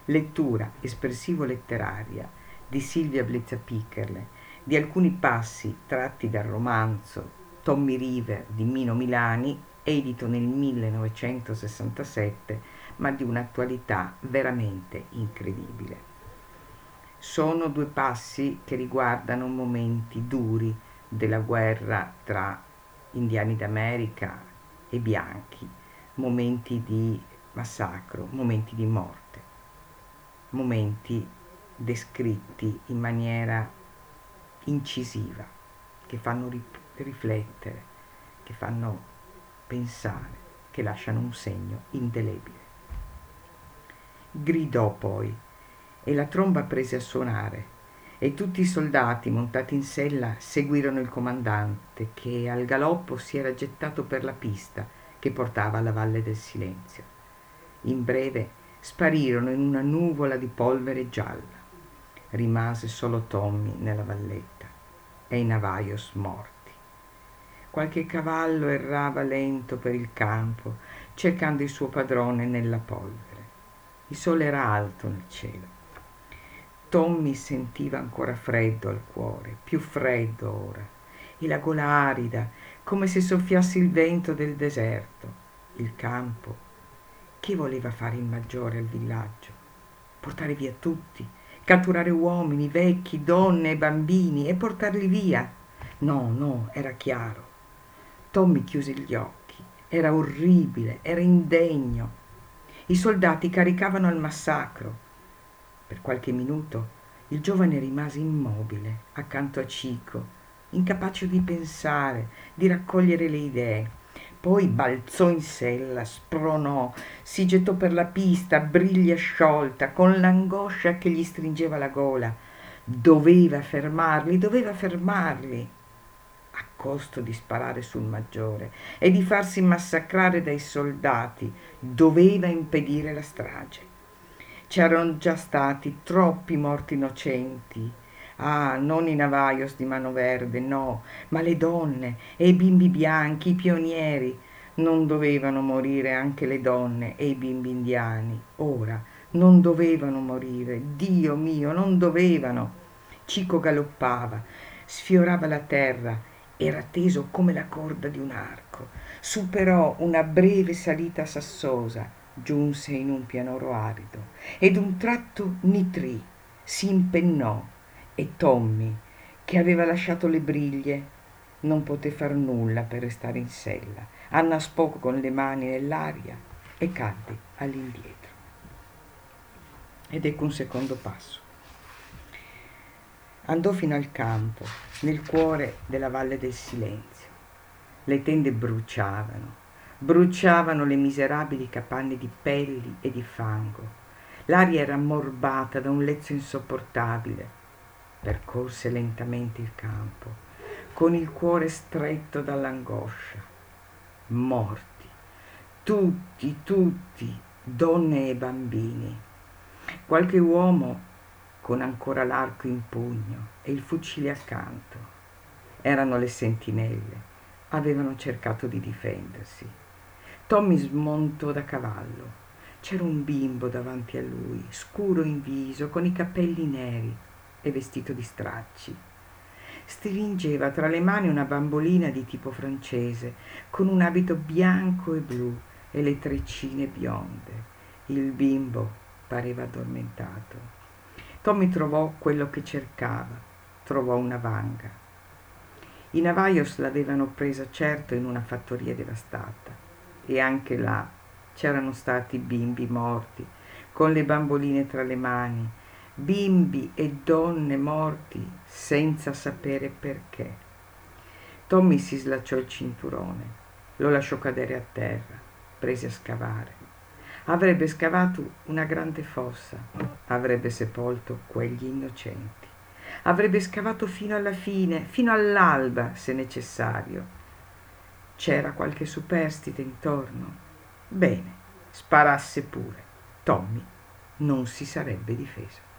Lettura espressivo-letteraria di Silvia Blezza-Piccherle di alcuni passi tratti dal romanzo Tommy River di Mino Milani, edito nel 1967, ma di un'attualità veramente incredibile. Sono due passi che riguardano momenti duri della guerra tra indiani d'America e bianchi, momenti di massacro, momenti di morte, momenti descritti in maniera incisiva, che fanno riflettere, che fanno pensare, che lasciano un segno indelebile. Gridò poi e la tromba prese a suonare e tutti i soldati montati in sella seguirono il comandante che al galoppo si era gettato per la pista che portava alla Valle del Silenzio. In breve sparirono in una nuvola di polvere gialla. Rimase solo Tommy nella valletta e i Navajos morti. Qualche cavallo errava lento per il campo, cercando il suo padrone nella polvere. Il sole era alto nel cielo. Tommy sentiva ancora freddo al cuore, più freddo ora, e la gola arida, come se soffiasse il vento del deserto. Il campo. Che voleva fare il maggiore al villaggio? Portare via tutti, catturare uomini, vecchi, donne e bambini e portarli via. No, no, era chiaro. Tommy chiuse gli occhi. Era orribile, era indegno. I soldati caricavano al massacro. Per qualche minuto il giovane rimase immobile accanto a Cico, incapace di pensare, di raccogliere le idee. Poi balzò in sella, spronò, si gettò per la pista, briglia sciolta, con l'angoscia che gli stringeva la gola. Doveva fermarli, a costo di sparare sul maggiore e di farsi massacrare dai soldati. Doveva impedire la strage. C'erano già stati troppi morti innocenti. Ah, non i Navajos di Mano Verde, no, ma le donne e i bimbi bianchi, i pionieri. Non dovevano morire anche le donne e i bimbi indiani. Ora non dovevano morire. Dio mio, non dovevano. Cico galoppava, sfiorava la terra, era teso come la corda di un arco. Superò una breve salita sassosa, giunse in un pianoro arido e d'un tratto nitrì, si impennò e Tommy, che aveva lasciato le briglie, non poté far nulla per restare in sella. Annaspò con le mani nell'aria e cadde all'indietro. Ed ecco un secondo passo. Andò fino al campo, nel cuore della Valle del Silenzio. Le tende bruciavano le miserabili capanne di pelli e di fango. L'aria era ammorbata da un lezzo insopportabile. Percorse lentamente il campo, con il cuore stretto dall'angoscia. Morti, tutti, donne e bambini. Qualche uomo con ancora l'arco in pugno e il fucile accanto. Erano le sentinelle, avevano cercato di difendersi. Tommy smontò da cavallo. C'era un bimbo davanti a lui, scuro in viso, con i capelli neri e vestito di stracci. Stringeva tra le mani una bambolina di tipo francese, con un abito bianco e blu e le treccine bionde. Il bimbo pareva addormentato. Tommy trovò quello che cercava, trovò una vanga. I Navajos l'avevano presa certo in una fattoria devastata e anche là c'erano stati bimbi morti, con le bamboline tra le mani, bimbi e donne morti senza sapere perché. Tommy si slacciò il cinturone, lo lasciò cadere a terra, prese a scavare. Avrebbe scavato una grande fossa, avrebbe sepolto quegli innocenti, avrebbe scavato fino alla fine, fino all'alba se necessario. C'era qualche superstite intorno? Bene, sparasse pure. Tommy non si sarebbe difeso.